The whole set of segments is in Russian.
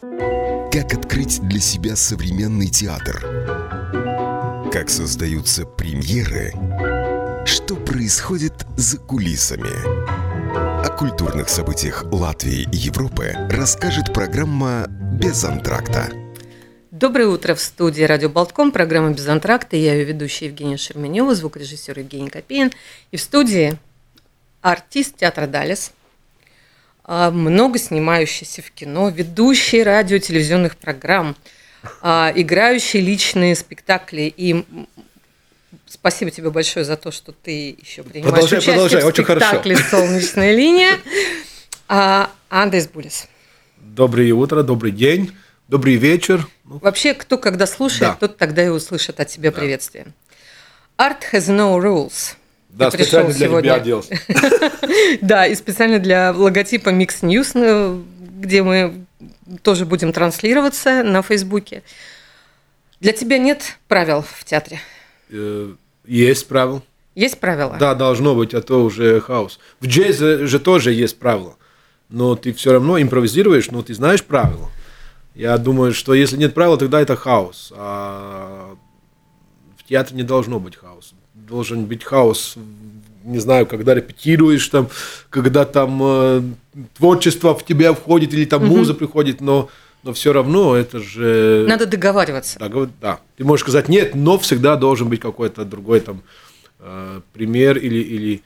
Как открыть для себя современный театр? Как создаются премьеры? Что происходит за кулисами? О культурных событиях Латвии и Европы расскажет программа «Без антракта». Доброе утро, в студии «Радио Болтком», программа «Без антракта». Я ее ведущая Евгения Шерменева, звукорежиссер Евгений Копеин. И в студии артист театра «Далес», много снимающийся в кино, ведущий радио, телевизионных программ, играющий личные спектакли. И спасибо тебе большое за то, что ты еще принимаешь участие в спектакле «Солнечная линия». Андрейс Булис. Доброе утро, добрый день, добрый вечер. Вообще, кто когда слушает, тот тогда и услышит от тебя приветствие. Art has no rules. Да, специально для тебя делал. Да, и специально для логотипа Mix News, где мы тоже будем транслироваться на Фейсбуке. Для тебя нет правил в театре? Есть правила. Есть правила? Да, должно быть, а то уже хаос. В джазе же тоже есть правила, но ты все равно импровизируешь, но ты знаешь правила. Я думаю, что если нет правил, тогда это хаос. А в театре не должно быть хаоса. Должен быть хаос, не знаю, когда репетируешь, там, когда там творчество в тебя входит или там муза приходит, но все равно это же... Надо договариваться. Да. Ты можешь сказать нет, но всегда должен быть какой-то другой там пример или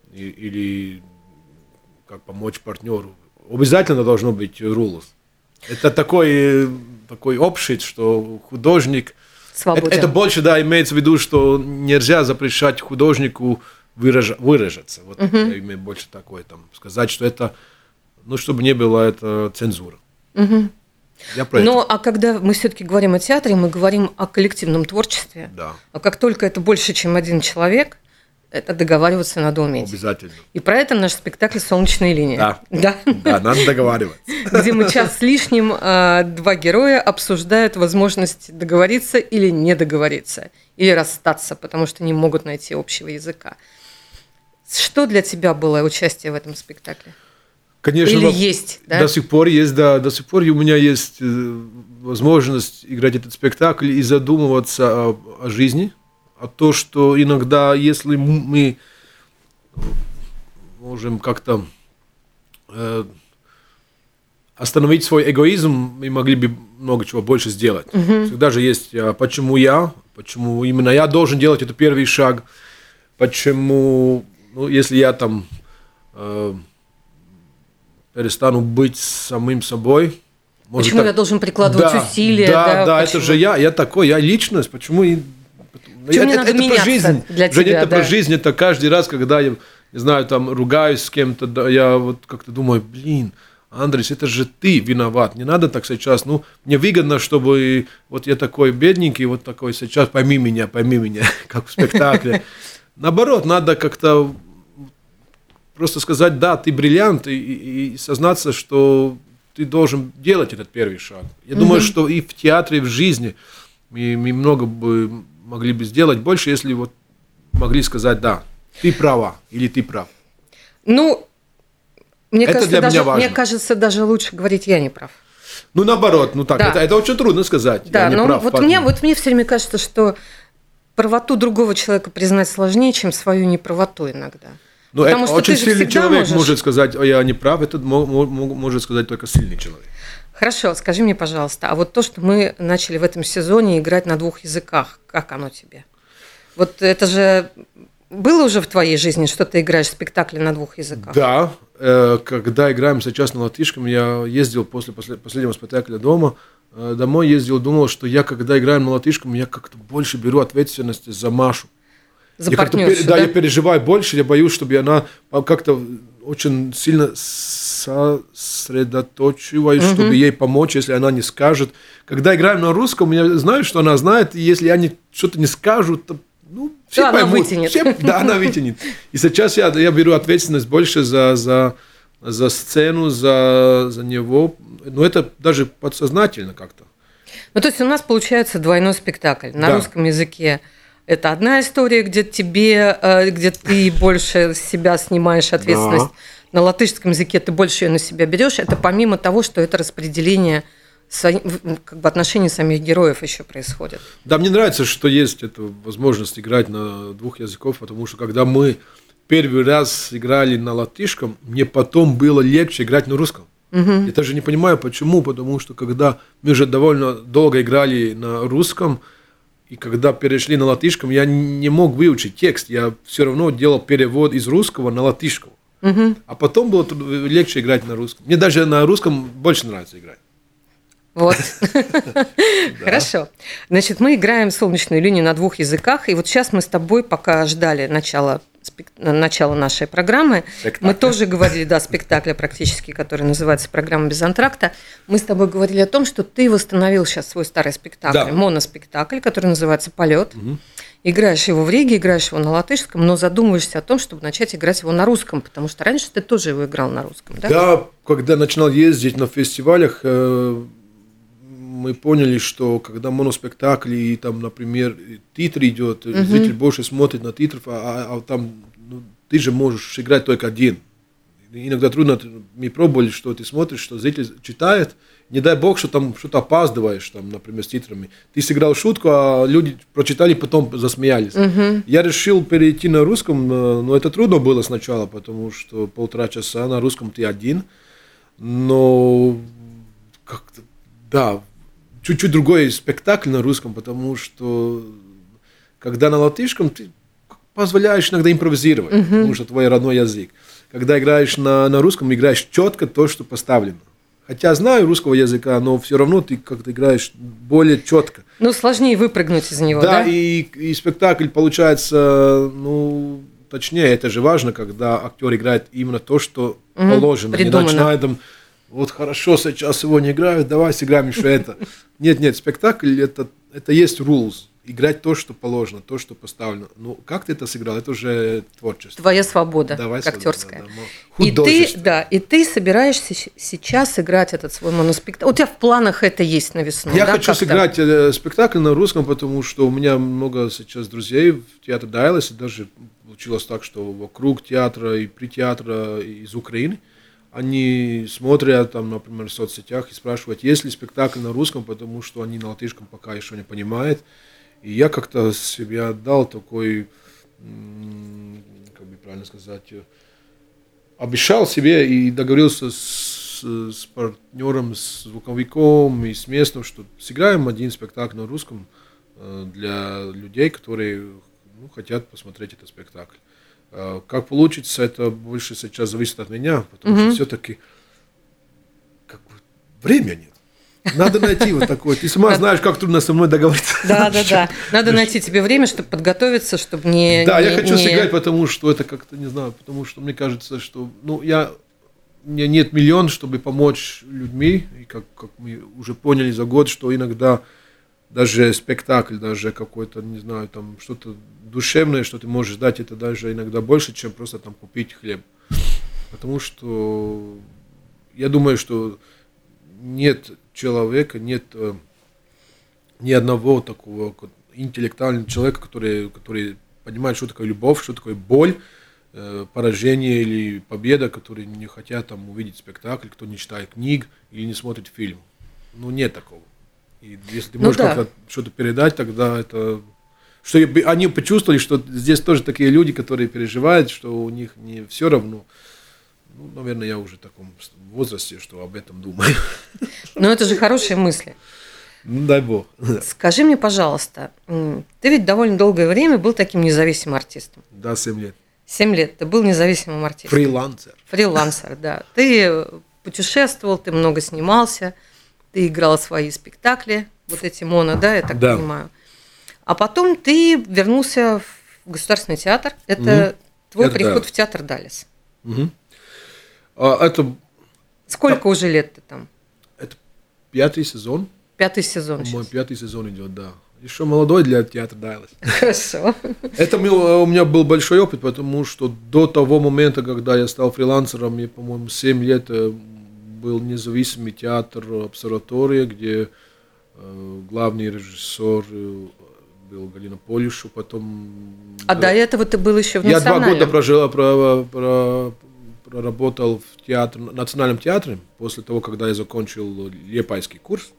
как помочь партнеру. Обязательно должно быть rules. Это такой общий, что художник... Это больше, имеется в виду, что нельзя запрещать художнику выражаться. Вот я имею больше такое, сказать, что это, чтобы не было это цензура. Я про это. А когда мы все-таки говорим о театре, мы говорим о коллективном творчестве. Да. А как только это больше, чем один человек, это договариваться надо уметь. Обязательно. И про это наш спектакль «Солнечная линия». Да, надо договариваться. Где мы час с лишним, два героя обсуждают возможность договориться или не договориться, или расстаться, потому что не могут найти общего языка. Что для тебя было участие в этом спектакле? Конечно, или есть, да? До сих пор есть, да. До сих пор у меня есть возможность играть этот спектакль и задумываться о жизни. А то, что иногда, если мы можем как-то остановить свой эгоизм, мы могли бы много чего больше сделать. Всегда же есть, почему именно я должен делать этот первый шаг, почему, если я там перестану быть самим собой. Почему я должен прикладывать усилия? Да, это же я такой, я личность, почему... Это про жизнь. Для тебя, это про жизнь, это каждый раз, когда я, не знаю, там ругаюсь с кем-то, я вот как-то думаю, Андрейс, это же ты виноват, не надо так сейчас, мне выгодно, чтобы вот я такой бедненький, вот такой сейчас, пойми меня, как в спектакле. Наоборот, надо как-то просто сказать, да, ты бриллиант, и сознаться, что ты должен делать этот первый шаг. Я думаю, что и в театре, и в жизни мы много бы могли бы сделать больше, если вот могли сказать, да, ты права или ты прав. Мне кажется, даже лучше говорить, я не прав. Наоборот, это очень трудно сказать. Да, я не прав, мне все время кажется, что правоту другого человека признать сложнее, чем свою неправоту иногда. Потому что очень сильный человек может сказать, я не прав, это может сказать только сильный человек. Хорошо, скажи мне, пожалуйста, а вот то, что мы начали в этом сезоне играть на двух языках, как оно тебе? Вот это же было уже в твоей жизни, что ты играешь в спектакле на двух языках? Да, когда играем сейчас на латышском, я ездил после последнего спектакля домой ездил, думал, что я, когда играю на латышском, я как-то больше беру ответственность за Машу. За партнершу, да? Я переживаю больше, я боюсь, чтобы она как-то очень сильно сосредоточиваюсь, чтобы ей помочь, если она не скажет. Когда играем на русском, я знаю, что она знает, и если они что-то не скажут, то все она поймут. Вытянет. Она вытянет. И сейчас я беру ответственность больше за сцену, за него. Но это даже подсознательно как-то. То есть у нас получается двойной спектакль. На русском языке это одна история, где ты больше с себя снимаешь ответственность. На латышском языке ты больше ее на себя берешь. Это помимо того, что это распределение как бы отношения самих героев еще происходят. Да, мне нравится, что есть эта возможность играть на двух языках, потому что когда мы первый раз играли на латышском, мне потом было легче играть на русском. Я даже не понимаю, почему, потому что когда мы уже довольно долго играли на русском, и когда перешли на латышском, я не мог выучить текст, я все равно делал перевод из русского на латышского. А потом было легче играть на русском. Мне даже на русском больше нравится играть. Вот. Хорошо. Значит, мы играем «Солнечную линию» на двух языках, и вот сейчас мы с тобой, пока ждали начала нашей программы, мы тоже говорили, да, спектакля практически, который называется «Программа без антракта». Мы с тобой говорили о том, что ты восстановил сейчас свой старый спектакль, моноспектакль, который называется «Полет». Играешь его в Риге, играешь его на латышском, но задумываешься о том, чтобы начать играть его на русском, потому что раньше ты тоже его играл на русском, да? Да, когда начинал ездить на фестивалях, мы поняли, что когда моноспектакль и там, например, титр идет, зритель больше смотрит на титров, а там ты же можешь играть только один. Иногда трудно, мы пробовали, что ты смотришь, что зритель читает, не дай бог, что там что-то опаздываешь, там, например, с титрами. Ты сыграл шутку, а люди прочитали, потом засмеялись. Я решил перейти на русском, но это трудно было сначала, потому что 1,5 часа на русском ты один, но как-то, да, чуть-чуть другой спектакль на русском, потому что когда на латышском ты позволяешь иногда импровизировать, потому что твой родной язык. Когда играешь на русском, играешь четко то, что поставлено. Хотя знаю русского языка, но все равно ты как-то играешь более четко. Ну, сложнее выпрыгнуть из него, да? Да, и спектакль получается, ну, точнее, это же важно, когда актер играет именно то, что положено. Придумано. Не начинает там, вот хорошо, сейчас сегодня играют, давай сыграем еще это. Нет, спектакль это есть rules. Играть то, что положено, то, что поставлено. Ну, как ты это сыграл, это уже творчество. Твоя свобода актерская. Да, и ты собираешься сейчас играть этот свой моноспектакль. У тебя в планах это есть на весну? Я хочу сыграть спектакль на русском, потому что у меня много сейчас друзей в театре Дайлас, и даже получилось так, что вокруг театра и при театре из Украины они смотрят, там, например, в соцсетях и спрашивают, есть ли спектакль на русском, потому что они на латышском пока еще не понимают. И я как-то себе отдал такой, как бы правильно сказать, обещал себе и договорился с партнером, с звуковиком и с местным, что сыграем один спектакль на русском для людей, которые хотят посмотреть этот спектакль. Как получится, это больше сейчас зависит от меня, потому что все-таки как бы времени нет. Надо найти вот такое. Ты сама знаешь, как трудно со мной договориться. Да. Надо найти тебе время, чтобы подготовиться, чтобы не... Да, я хочу сыграть, потому что это как-то, не знаю, потому что мне кажется, что... Ну, у меня нет миллион, чтобы помочь людьми. И как мы уже поняли за год, что иногда даже спектакль, даже какой-то, не знаю, там что-то душевное, что ты можешь дать, это даже иногда больше, чем просто там купить хлеб. Потому что я думаю, что нет человека, нет ни одного такого интеллектуального человека, который понимает, что такое любовь, что такое боль, поражение или победа, которые не хотят там увидеть спектакль, кто не читает книг или не смотрит фильм. Ну, нет такого. И если ты можешь как-то что-то передать, тогда это... Что они почувствовали, что здесь тоже такие люди, которые переживают, что у них не все равно. Ну, наверное, я уже в таком возрасте, что об этом думаю. Но это же хорошие мысли. Ну, дай бог. Скажи мне, пожалуйста, ты ведь довольно долгое время был таким независимым артистом. Да, 7 лет. 7 лет ты был независимым артистом. Фрилансер, да. Ты путешествовал, ты много снимался, ты играл свои спектакли, вот эти моно, да, я так понимаю. А потом ты вернулся в Государственный театр. Это твой приход в театр Дайлас. Сколько уже лет ты там? Это 5-й сезон. 5-й сезон. Мой 5-й сезон идет, да. Еще молодой для театра Дайлас. Хорошо. Это у меня был большой опыт, потому что до того момента, когда я стал фрилансером, я, по-моему, 7 лет был независимый театр «Обсерватория», где главный режиссер был Галина Полишу, потом... А до этого ты был еще в национальном? Я 2 года проработал в Национальном театре после того, когда я закончил Лиепайский курс.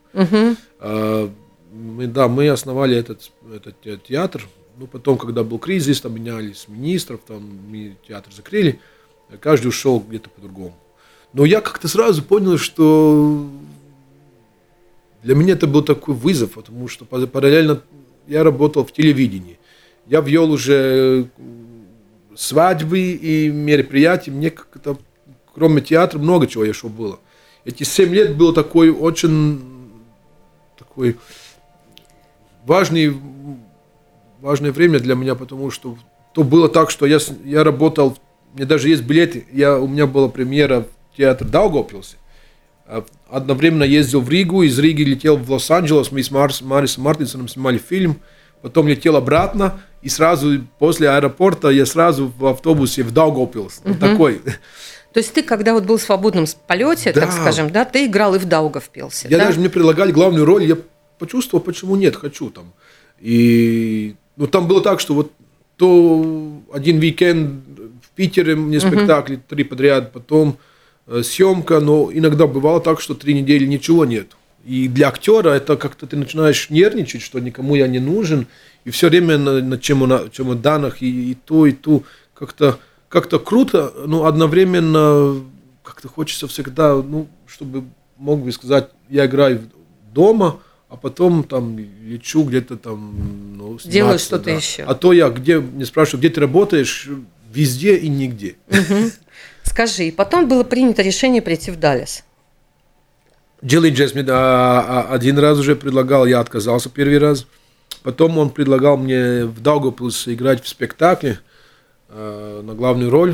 Мы основали этот театр. Ну, потом, когда был кризис, там менялись министров, там мы театр закрыли, каждый ушел где-то по-другому. Но я как-то сразу понял, что для меня это был такой вызов, потому что параллельно я работал в телевидении. Я вел уже свадьбы и мероприятия. Мне как-то, кроме театра, много чего еще было. Эти 7 лет было очень такое важное время для меня, потому что то было так, что я работал, у меня даже есть билеты, у меня была премьера в театр Даугавпилсе. Одновременно ездил в Ригу, из Риги летел в Лос-Анджелес, мы с Марисом Мартинсоном снимали фильм, потом летел обратно, и сразу после аэропорта я сразу в автобусе в Даугавпилс. Такой. То есть ты, когда вот был в свободном полете, так скажем, да, ты играл и в Даугавпилсе. Даже мне предлагали главную роль, я почувствовал, почему нет, хочу там. И там было так, что вот то один уикенд в Питере мне спектакли 3 подряд, потом съемка, но иногда бывало так, что 3 недели ничего нет. И для актера это как-то ты начинаешь нервничать, что никому я не нужен, и все время на чемоданах и ту, как-то круто, но одновременно как-то хочется всегда, чтобы мог бы сказать, я играю дома, а потом там лечу где-то там, делаю что-то еще. А то мне спрашивают, где ты работаешь, везде и нигде. Скажи, и потом было принято решение прийти в Даллас. Джилли Джесс мне один раз уже предлагал, я отказался первый раз. Потом он предлагал мне в Даугавпилсе играть в спектакле на главную роль.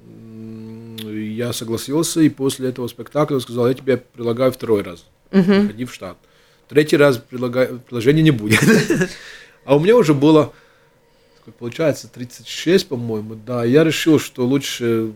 Я согласился, и после этого спектакля он сказал, я тебе предлагаю 2-й раз. Приходи в штат. 3-й раз предложения не будет. А у меня уже было, получается, 36, по-моему, да. Я решил, что лучше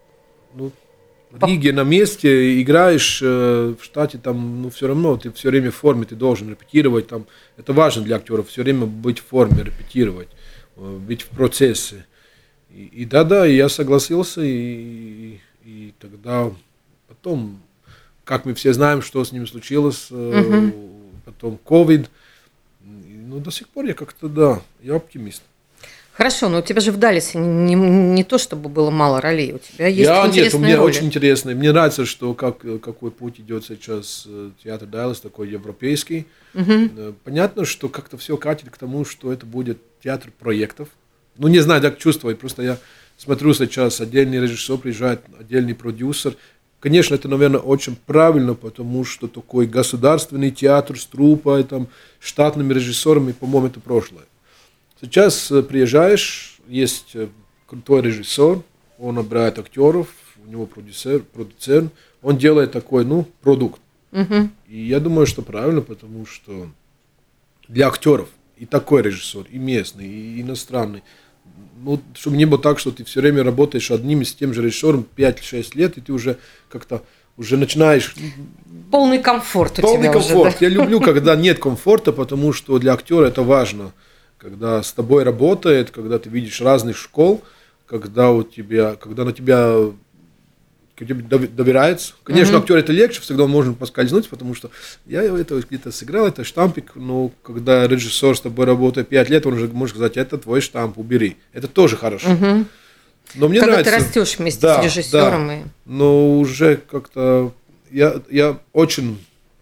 в Риге на месте играешь, в штате там, все равно ты все время в форме, ты должен репетировать там. Это важно для актеров, все время быть в форме, репетировать, быть в процессе. И я согласился, и тогда потом, как мы все знаем, что с ним случилось, потом ковид, до сих пор я как-то, я оптимист. Хорошо, но у тебя же в Далласе не то, чтобы было мало ролей, у тебя есть интересные роли. Нет, у меня очень интересные. Мне нравится, что какой путь идет сейчас театр Даллас, такой европейский. Понятно, что как-то все катит к тому, что это будет театр проектов. Не знаю, как чувствовать, просто я смотрю сейчас, отдельный режиссер приезжает, отдельный продюсер. Конечно, это, наверное, очень правильно, потому что такой государственный театр с труппой, штатными режиссерами, по-моему, это прошлое. Сейчас приезжаешь, есть крутой режиссер, он набирает актеров, у него продюсер, он делает такой, продукт. И я думаю, что правильно, потому что для актеров и такой режиссер, и местный, и иностранный, чтобы не было так, что ты все время работаешь одним и с тем же режиссером 5-6 лет, и ты уже как-то уже начинаешь... Полный комфорт у тебя Полный комфорт. Уже, да? Я люблю, когда нет комфорта, потому что для актера это важно. Когда с тобой работает, когда ты видишь разных школ, когда на тебя доверяется. Конечно, актер это легче, всегда можно поскользнуть, потому что я это где-то сыграл, это штампик, но когда режиссер с тобой работает 5 лет, он уже может сказать, это твой штамп, убери. Это тоже хорошо. Но мне когда нравится. Ты растешь вместе с режиссером. Да. Но уже как-то я очень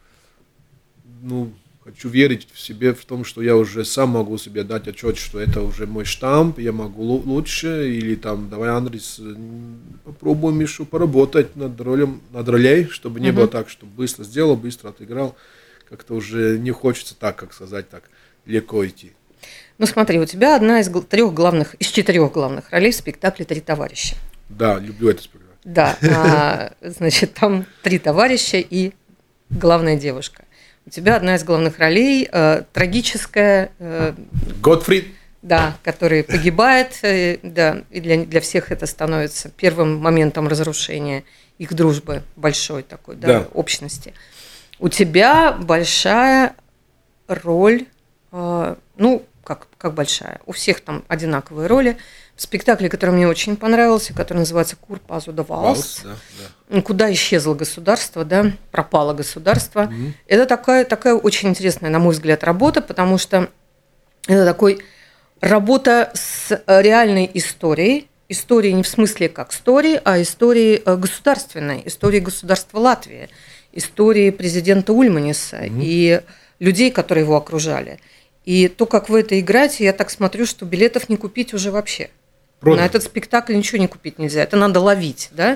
хочу верить в себе, в том, что я уже сам могу себе дать отчет, что это уже мой штамп, я могу лучше, или давай, Андрис, попробуем еще поработать над ролей, чтобы не было так, что быстро сделал, быстро отыграл, как-то уже не хочется так легко идти. Смотри, у тебя одна из 4 главных ролей в спектакле «Три товарища». Да, люблю этот спектакль. Да, значит, там 3 товарища и главная девушка. У тебя одна из главных ролей трагическая. Готфрид. Да, который погибает, да, и для всех это становится первым моментом разрушения их дружбы большой такой, общности. У тебя большая роль, как большая, у всех там одинаковые роли спектакле, который мне очень понравился, который называется «Кур пазуда валс». Да. Куда исчезло государство, да, пропало государство. Это такая очень интересная, на мой взгляд, работа, потому что это такой работа с реальной историей. Истории не в смысле как истории, а истории государственной, истории государства Латвии, истории президента Ульманиса и людей, которые его окружали. И то, как вы это играете, я так смотрю, что билетов не купить уже вообще. Продано. На этот спектакль ничего не купить нельзя. Это надо ловить, да?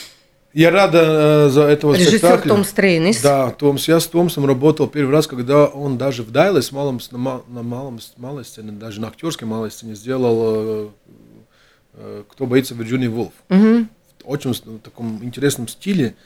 Я рада за этого Режиссер спектакля. Том Стрейнис. Да, я с Томсом работал первый раз, когда он даже в Дайлес на малой сцене, даже на актерской малой сцене сделал «Кто боится Вирджинии Вулф». В очень таком интересном стиле.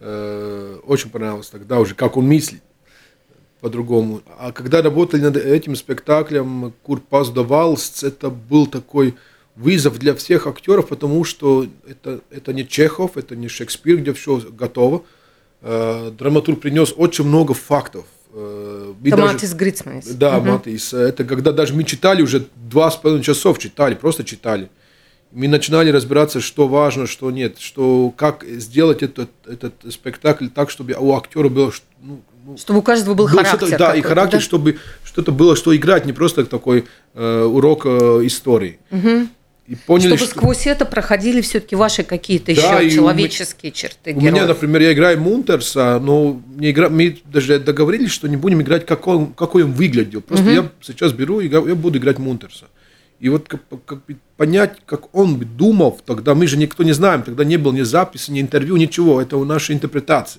Очень понравилось тогда уже, как он мыслит по-другому. А когда работали над этим спектаклем «Кур пазуда валс», это был такой вызов для всех актеров, потому что это не Чехов, это не Шекспир, где все готово. Драматург принес очень много фактов. Это Матис Грицманис. Да, Матис. Это когда даже мы читали уже 2,5 часов, просто читали. Мы начинали разбираться, что важно, что нет, как сделать этот спектакль так, чтобы у актера было... чтобы у каждого был характер. Да, и характер, да? Чтобы что-то было, что играть, не просто такой урок истории. И поняли, чтобы сквозь это проходили все-таки ваши какие-то еще человеческие черты героев. У меня, например, я играю Мунтерса, но мы даже договорились, что не будем играть, какой он выглядел. Просто я сейчас беру и я буду играть Мунтерса. И вот понять, как он думал, тогда мы же никто не знаем, тогда не было ни записи, ни интервью, ничего, это наша интерпретация.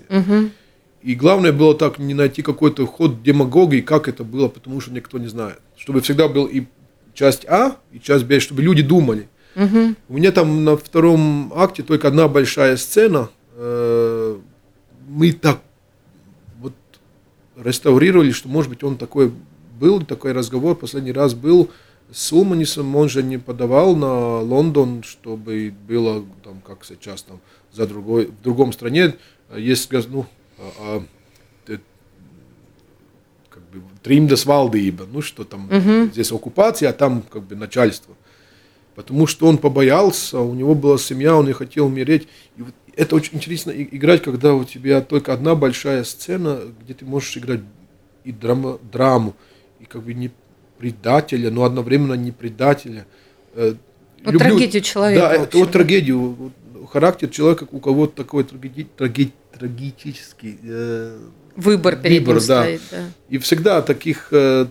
И главное было так, не найти какой-то ход демагогии, как это было, потому что никто не знает. Чтобы всегда был и часть А, и часть Б, чтобы люди думали. У меня там на втором акте только одна большая сцена. Мы так вот реставрировали, что, может быть, он такой разговор, последний раз был с Ульманисом, он же не подавал на Лондон, чтобы было, там, как сейчас, там, в другом стране, есть, Trimdas valdība, что там здесь оккупация, а там как бы начальство. Потому что он побоялся, у него была семья, он не хотел умереть. И вот это очень интересно играть, когда у тебя только одна большая сцена, где ты можешь играть и драму, и как бы не предателя, но одновременно не предателя. Трагедию человека. Да, это вот трагедию. Характер человека, у кого-то такой трагический выбор перед ним стоит. Да. И всегда такие...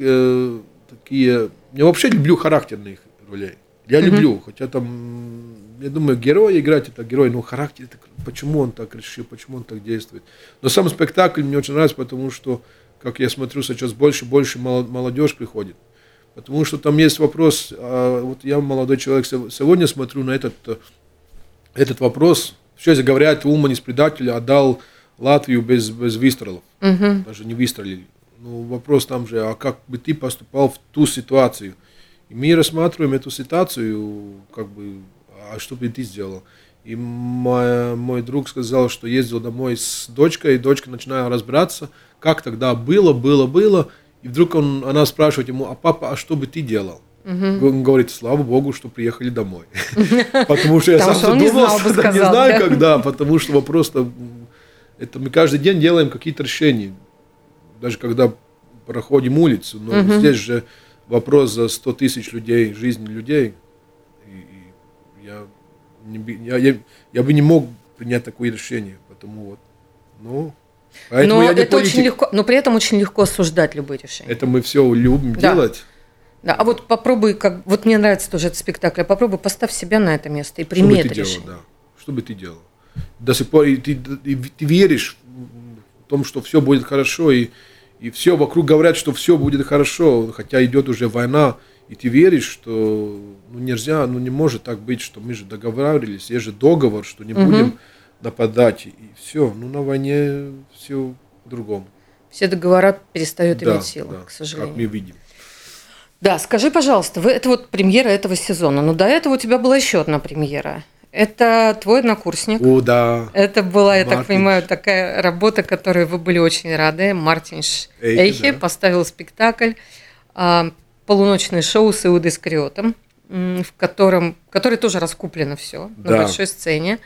Я вообще люблю характерных ролей. Я люблю, хотя там, я думаю, героя играть это герой, но характер, это, почему он так решил, почему он так действует. Но сам спектакль мне очень нравится, потому что, как я смотрю, сейчас больше молодежь приходит. Потому что там есть вопрос, вот я молодой человек, сегодня смотрю на этот вопрос. Сейчас говорят, Ульманис предатель отдал Латвию без выстрелов, даже не выстрелили. Ну, вопрос там же, а как бы ты поступал в ту ситуацию? И мы рассматриваем эту ситуацию, как бы, а что бы ты сделал? И мой друг сказал, что ездил домой с дочкой, и дочка начинала разбираться, как тогда было. И вдруг она спрашивает ему, а папа, а что бы ты делал? Он говорит, слава Богу, что приехали домой. Потому что я сам задумался, не знаю когда, потому что вопрос-то, это мы каждый день делаем какие-то решения, даже когда проходим улицу, но здесь же вопрос за 100 тысяч людей, жизни людей, и я бы не мог принять такое решение, потому вот, поэтому но я не это политик. Очень легко, но при этом очень легко осуждать любые решения. Это мы все любим делать. Да, а вот попробуй, вот мне нравится тоже этот спектакль, попробуй поставь себя на это место и прими это решение. Да. Что бы ты делал? До сих пор ты веришь в том, что все будет хорошо, и все вокруг говорят, что все будет хорошо, хотя идет уже война, и ты веришь, что нельзя, не может так быть, что мы же договаривались, есть же договор, что не будем нападать, и все, на войне все по-другому. Все договора перестают иметь силу, к сожалению. Как мы видим. Да, скажи, пожалуйста, это вот премьера этого сезона, но до этого у тебя была еще одна премьера. Это твой однокурсник. О, да. Это была, я так понимаю, такая работа, которой вы были очень рады. Мартинш Эйхе поставил спектакль «Полуночное шоу с Иудой Искариотом». который тоже раскуплено все на большой сцене.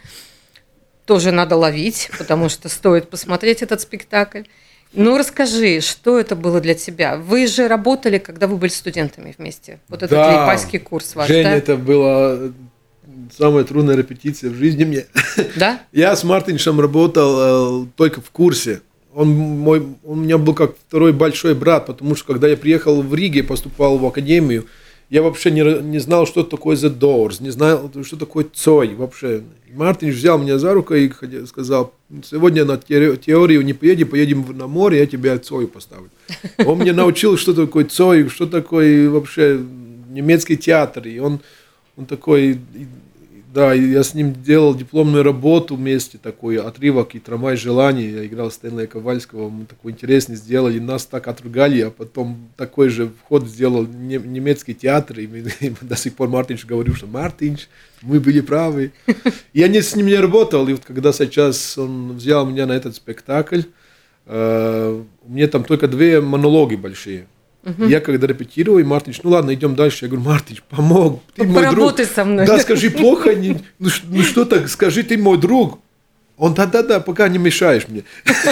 Тоже надо ловить, потому что стоит посмотреть этот спектакль. Ну, расскажи, что это было для тебя? Вы же работали, когда вы были студентами вместе. Вот этот лейпайский курс ваш, Женя, да? это была самая трудная репетиция в жизни мне. Да? Я с Мартиншем работал только в курсе. Он у меня был как второй большой брат, потому что когда я приехал в Риге, поступал в академию, я вообще не знал, что такое The Doors, не знал, что такое Цой вообще. Мартинш взял меня за руку и сказал: сегодня на теорию не поедем на море, я тебя Цою поставлю. Он меня научил, что такое Цой, что такое вообще немецкий театр. И он такой, да, я с ним делал дипломную работу вместе, такой отрывок и «Трамвай желаний». Я играл Стэнлея Ковальского, мы такой интересный сделали, нас так отругали, а потом такой же вход сделал немецкий театр, и до сих пор Мартинш говорил, что Мартинш, мы были правы. Я с ним не работал, и вот когда сейчас он взял меня на этот спектакль, у меня там только 2 монологи большие. Я когда репетировал, и Мартинш: ну ладно, идем дальше. Я говорю: Мартинш, помог, ты мой друг. Поработай со мной. Да, скажи, плохо, ну что так, скажи, ты мой друг. Он: да, пока не мешаешь мне.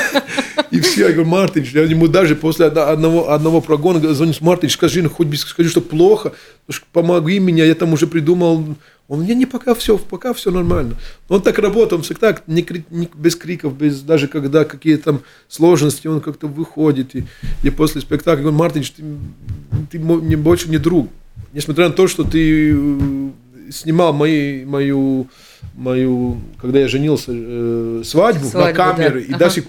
И все, я говорю: Мартинш, я ему даже после одного прогона звоню: Мартинш, скажи, ну хоть скажи, что плохо, помоги мне, я там уже придумал. Он: не, пока все нормально. Он так работал, он всегда без криков, даже когда какие-то там сложности, он как-то выходит. И после спектакля говорю: Мартинш, ты мне больше не друг. Несмотря на то, что ты снимал мою, когда я женился, свадьбу на камеру, да. И до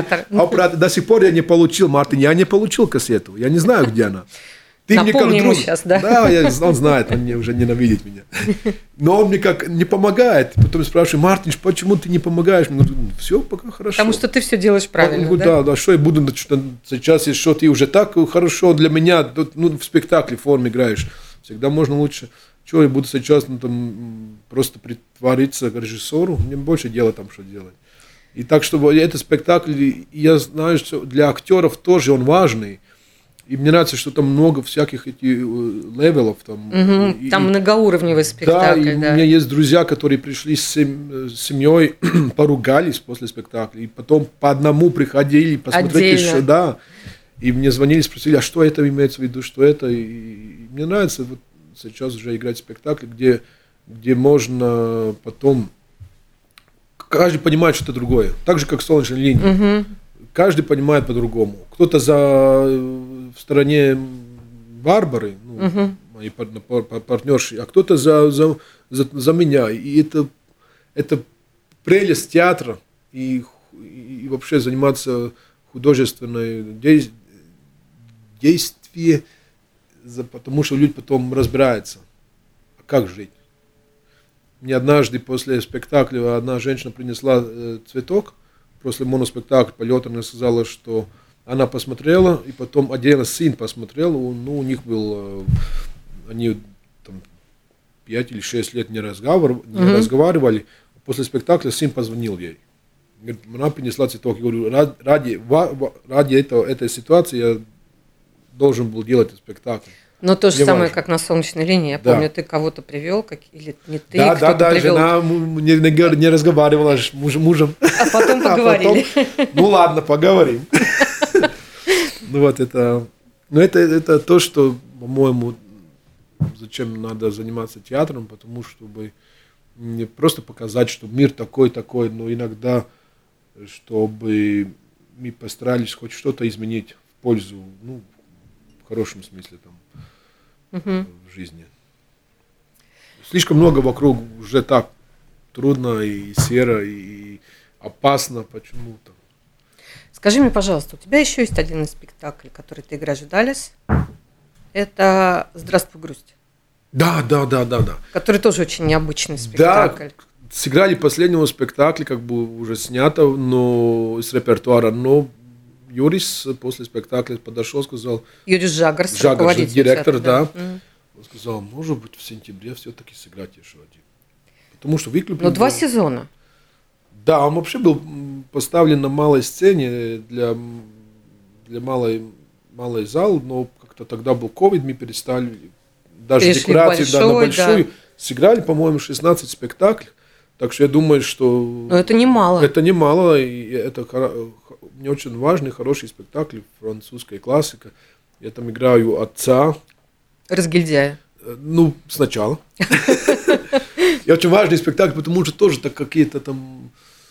сих пор я не получил, Мартин, я не получил кассету, я не знаю, где она. Ты мне как друг. Ему сейчас, да? Да, он знает, он мне уже ненавидит меня. Но он мне как не помогает. Потом спрашиваю: Мартин, почему ты не помогаешь? Он говорит: все пока хорошо. Потому что ты все делаешь правильно, он говорит: да, что я буду сейчас, если что ты уже так хорошо для меня, в спектакле в форме играешь, всегда можно лучше. Что я буду сейчас просто притвориться к режиссеру? Мне больше дела там, что делать. И так что этот спектакль, я знаю, что для актеров тоже он важный. И мне нравится, что там много всяких этих левелов. Там многоуровневый спектакль. Да, и у меня есть друзья, которые пришли с семьей, поругались после спектакля, и потом по одному приходили посмотреть еще. Да, и мне звонили, спросили: а что это имеется в виду, что это. И мне нравится вот сейчас уже играть спектакль, где можно потом... Каждый понимает что-то другое. Так же, как «Солнечная линия». Каждый понимает по-другому. Кто-то в стороне Барбары, моей партнерши, а кто-то за меня. И это прелесть театра и вообще заниматься художественным действием, потому что люди потом разбираются, как жить. Мне однажды после спектакля одна женщина принесла цветок. После моноспектакля «Полет» она сказала, что она посмотрела, и потом отдельно сын посмотрел, у них был, они там 5 или 6 лет не разговаривали. После спектакля сын позвонил ей. Говорит, она принесла цветок. Я говорю: ради этой ситуации я должен был делать этот спектакль. Но то же самое, как на «Солнечной линии». Я помню, ты кого-то привел, или не ты, кто-то привел. Жена не разговаривала с мужем. А потом поговорили. Ну ладно, поговорим. Ну это то, что, по-моему, зачем надо заниматься театром, потому чтобы не просто показать, что мир такой, но иногда, чтобы мы постарались хоть что-то изменить в пользу, в хорошем смысле в жизни. Слишком много вокруг уже так трудно и серо, и опасно почему-то. Скажи мне, пожалуйста, у тебя еще есть один из спектаклей, который ты играешь в Даллес. Это «Здравствуй, грусть». Да. Который тоже очень необычный спектакль. Да, сыграли последнего спектакля, как бы уже снято, но из репертуара, но Юрис после спектакля подошел, сказал... Юрис Жагарс, руководитель директор, да. Он сказал: может быть, в сентябре все-таки сыграть еще один. Потому что выкуплен... 2 сезона. Да, он вообще был поставлен на малой сцене для малой зал, но как-то тогда был ковид, мы перестали даже перешли декорации на большую. да. Сыграли, по-моему, 16 спектаклей. Так что я думаю, что... Но это немало. Это немало, и это мне очень важный, хороший спектакль, французская классика. Я там играю отца. Разгильдяя. Ну, сначала. И очень важный спектакль, потому что тоже так какие-то там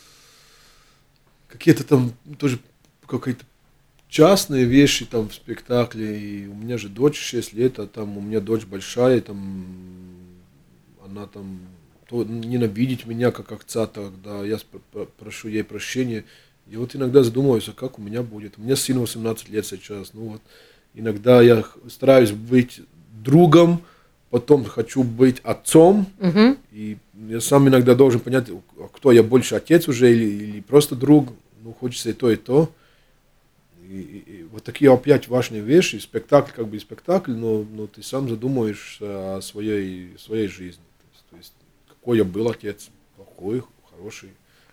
тоже какие-то частные вещи там в спектакле. И у меня же дочь 6 лет, а там у меня дочь большая, там она там ненавидит меня как отца, тогда я прошу ей прощения. И вот иногда задумываюсь, а как у меня будет. У меня сыну 18 лет сейчас. Ну вот, иногда я стараюсь быть другом, потом хочу быть отцом. Угу. И я сам иногда должен понять, кто я больше, отец уже или просто друг. Ну, хочется и то, и то. И вот такие опять важные вещи. Спектакль как бы спектакль, но ты сам задумываешься о своей жизни. То есть какой я был отец, плохой, хороший.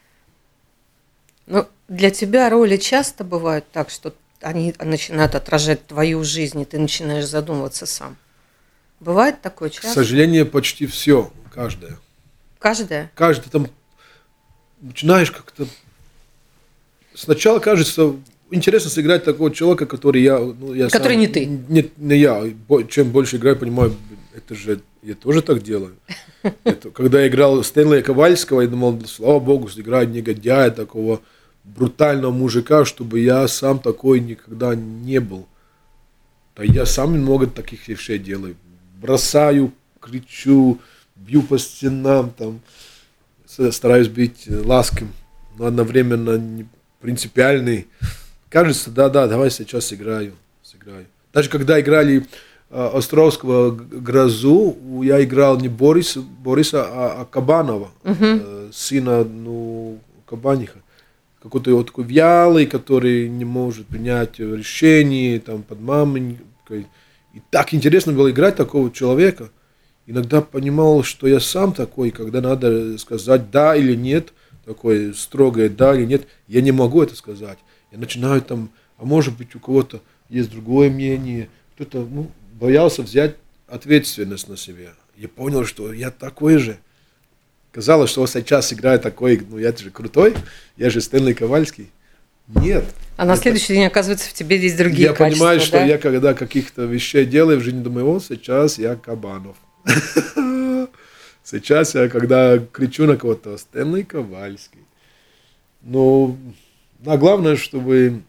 Ну, для тебя роли часто бывают так, что они начинают отражать твою жизнь, и ты начинаешь задумываться сам. Бывает такое часто? К сожалению, почти все, каждая. Каждая? Каждый там начинаешь как-то... Сначала кажется интересно сыграть такого человека, который я который сам, не ты. Не я. Чем больше играю, понимаю, это же я тоже так делаю. Когда я играл Стэнлея Ковальского, я думал, слава богу, сыграть негодяя, такого брутального мужика, чтобы я сам такой никогда не был. Да я сам много таких вещей делаю. Бросаю, кричу, бью по стенам, там, стараюсь быть ласковым, но одновременно не принципиальный. Кажется, да, давай сейчас сыграю. Даже когда играли Островского «Грозу», я играл не Бориса, а Кабанова, сына Кабаниха. Какой-то вот такой вялый, который не может принять решение, там, под мамой. И так интересно было играть такого человека. Иногда понимал, что я сам такой, когда надо сказать «да» или «нет», такое строгое «да» или «нет», я не могу это сказать. Я начинаю там, а может быть у кого-то есть другое мнение, кто-то боялся взять ответственность на себя. Я понял, что я такой же. Казалось, что сейчас играю такой, я же крутой, я же Стэнли Ковальский. Нет. А на следующий день, оказывается, в тебе есть другие качества. Я понимаю, что я когда каких-то вещей делаю в жизни, думаю, сейчас я Кабанов. Сейчас я, когда кричу на кого-то, Стэнли Ковальский. Но главное, чтобы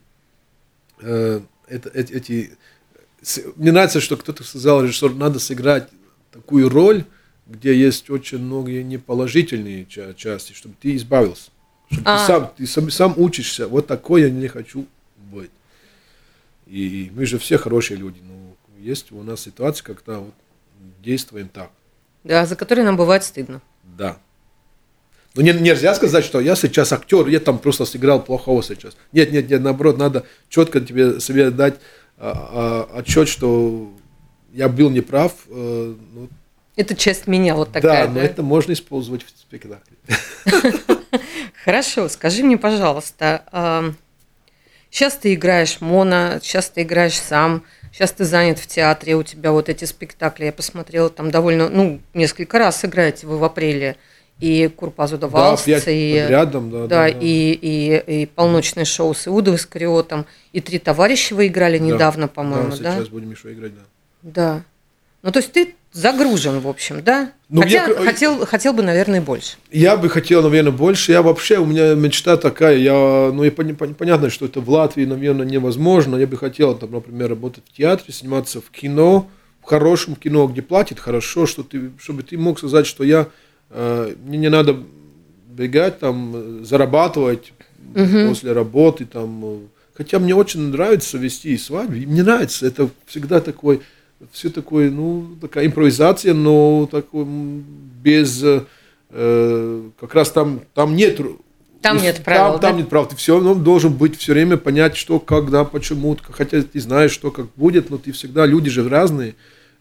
мне нравится, что кто-то сказал, что надо сыграть такую роль, где есть очень многие неположительные части, чтобы ты избавился. Чтобы ты сам учишься, вот такой я не хочу быть. И мы же все хорошие люди, но есть у нас ситуация, когда вот действуем так. Да, за которые нам бывает стыдно. Да. Но нельзя сказать, что я сейчас актер, я там просто сыграл плохого сейчас. Нет, наоборот, надо четко себе дать отчет, что я был неправ. Это часть меня вот такая. Да, но это можно использовать в спектакле. Хорошо, скажи мне, пожалуйста, сейчас ты играешь моно, сейчас ты играешь сам, сейчас ты занят в театре, у тебя вот эти спектакли, я посмотрела, там довольно, несколько раз играете вы в апреле, и Курпазу Валс, и рядом, и полночное шоу с Иудой Искариотом, и «Три товарища» вы играли недавно, по-моему, да? Сейчас будем еще играть, да. Да. Ну, то есть ты загружен, в общем, да? Хотел бы, наверное, больше. Я бы хотел, наверное, больше. У меня мечта такая, понятно, что это в Латвии, наверное, невозможно. Я бы хотел, там, например, работать в театре, сниматься в кино, в хорошем кино, где платят хорошо, чтобы ты мог сказать, что мне не надо бегать, там, зарабатывать после работы, там. Хотя мне очень нравится вести свадьбу, мне нравится, это всегда такое, такая импровизация, но такой без, как раз там нет. Там нет правил. Там нет правил. Ты все равно должен быть все время понять, что, когда, почему. Хотя ты знаешь, что как будет, но ты всегда, люди же разные.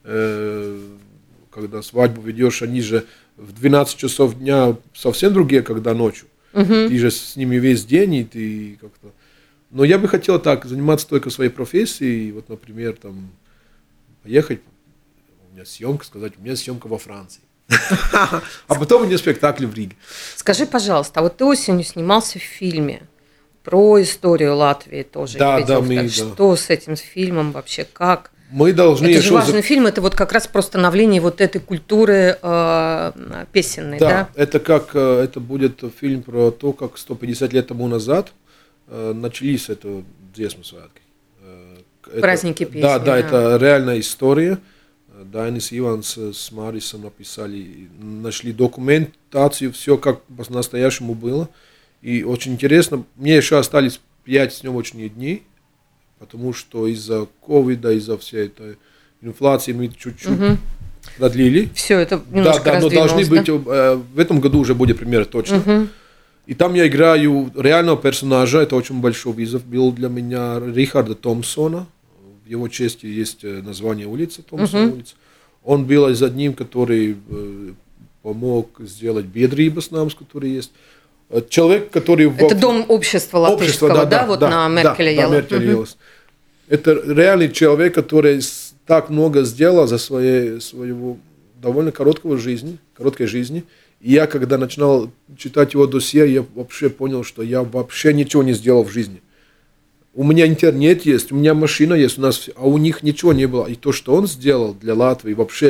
Когда свадьбу ведешь, они же в 12 часов дня совсем другие, когда ночью. Ты же с ними весь день, и ты как-то... Но я бы хотел так, заниматься только своей профессией, вот, например, там, поехать у меня съемка, сказать, у меня съемка во Франции. А потом у меня спектакль в Риге. Скажи, пожалуйста, а вот ты осенью снимался в фильме про историю Латвии тоже. Да, я видела, да, что с этим фильмом вообще, как? Мы должны... Это же важный фильм, это вот как раз про становление вот этой культуры песенной, да? Это будет фильм про то, как 150 лет тому назад начались это Dziesmu svētki. Праздники песни. Да, это реальная история. Дайнис Иванс с Марисом написали, нашли документацию, все как по-настоящему было. И очень интересно, мне еще остались 5 съемочных дней, потому что из-за ковида, из-за всей этой инфляции мы чуть-чуть продлили. Все это немножко но должны быть, в этом году уже будет пример точно. И там я играю реального персонажа, это очень большой вызов был для меня, Рихарда Томпсона. В его честь есть название улицы, Томпсон улица. Он был из одним, который помог сделать Бедрибас нам, который есть. Человек, который... Это дом общества латышского, да? Вот на Меркеле ела. Это реальный человек, который так много сделал за своего довольно короткой жизни. И я, когда начинал читать его досье, я вообще понял, что я вообще ничего не сделал в жизни. У меня интернет есть, у меня машина есть, а у них ничего не было. И то, что он сделал для Латвии, вообще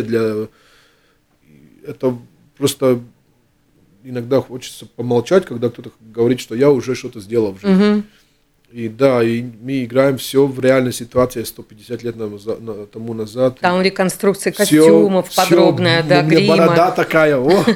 это просто иногда хочется помолчать, когда кто-то говорит, что я уже что-то сделал в жизни. И да, и мы играем все в реальной ситуации 150 лет тому назад. Там реконструкция костюмов подробная, да, грима. У меня борода такая,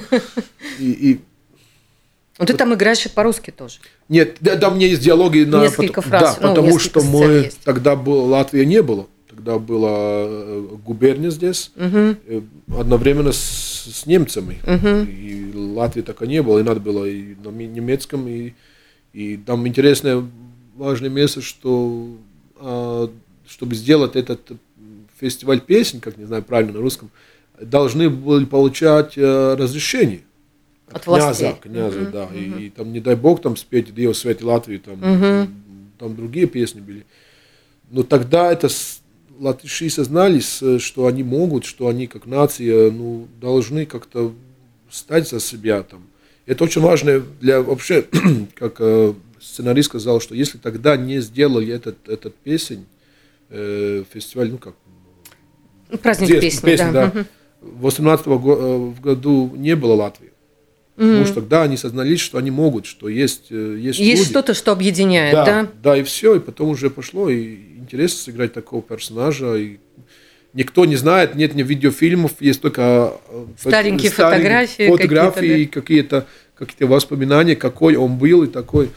Ну, ты там играешь и по-русски тоже. Нет, да, мне есть диалоги. Несколько фраз. Да, потому что тогда Латвии не было. Тогда была губерния здесь, одновременно с немцами. И Латвии так и не было, и надо было и на немецком, и там интересное, важное место, что чтобы сделать этот фестиваль песен, как не знаю правильно на русском, должны были получать разрешение. От властей. Князя, да. И там, не дай бог, там спеть «Дио Свети Латвии», там другие песни были. Но тогда это латыши сознались, что они могут, что они как нация должны как-то стать за себя. Там. Это очень важно для вообще, как сценарист сказал, что если тогда не сделали этот песень, фестиваль, праздник песни, да. В 18 году не было Латвии. Потому что тогда они сознались, что они могут, что есть люди. Есть что-то, что объединяет, да? Да, и все, и потом уже пошло, и интересно сыграть такого персонажа, и никто не знает, нет ни видеофильмов, есть только старенькие фотографии и какие-то воспоминания, какой он был, и такой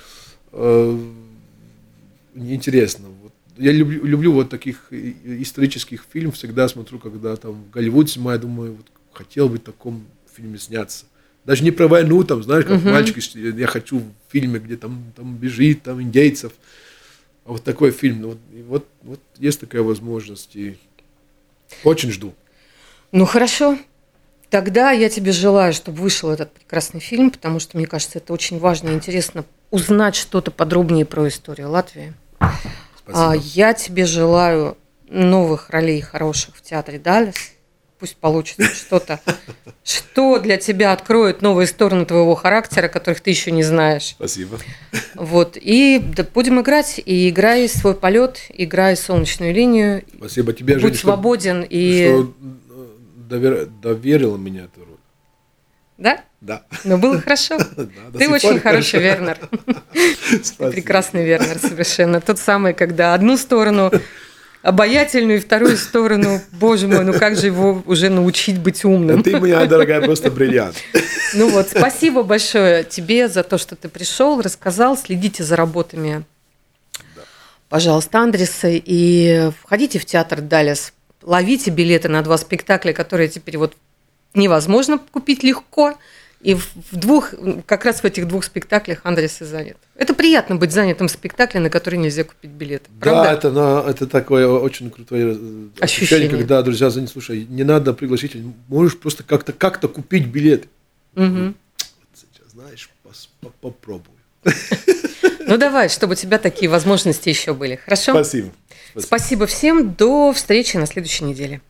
интересно. Вот. Я люблю вот таких исторических фильмов, всегда смотрю, когда там в Голливуде снимаю, думаю, вот, хотел бы в таком фильме сняться. Даже не про войну, там, знаешь, как мальчик, я хочу в фильме, где там бежит, там индейцев. А вот такой фильм, вот есть такая возможность, и очень жду. Ну, хорошо. Тогда я тебе желаю, чтобы вышел этот прекрасный фильм, потому что, мне кажется, это очень важно и интересно узнать что-то подробнее про историю Латвии. Спасибо. Я тебе желаю новых ролей хороших в театре Далес. Пусть получится что-то, что для тебя откроет новые стороны твоего характера, которых ты еще не знаешь. Спасибо. Вот. И будем играть. И играй свой полет, играй солнечную линию. Спасибо тебе, Будь Женя, свободен. Что доверила меня эту роль. Да? Да. Ну, было хорошо. Ты очень хороший Вернер. Прекрасный Вернер совершенно. Тот самый, когда одну сторону обаятельную и вторую сторону, боже мой, ну как же его уже научить быть умным? Ты, моя дорогая, просто бриллиант. Ну вот, спасибо большое тебе за то, что ты пришел, рассказал. Следите за работами, пожалуйста, Андриса, и входите в театр Далес. Ловите билеты на 2 спектакля, которые теперь вот невозможно купить легко. И как раз в этих 2 спектаклях Андрис и занят. Это приятно быть занятым в спектакле, на который нельзя купить билеты. Правда? Да, это такое очень крутое ощущение, когда друзья звонят, слушай, не надо пригласить, можешь просто как-то купить билеты. Вот сейчас, знаешь, попробую. Ну давай, чтобы у тебя такие возможности еще были. Хорошо? Спасибо. Спасибо всем. До встречи на следующей неделе.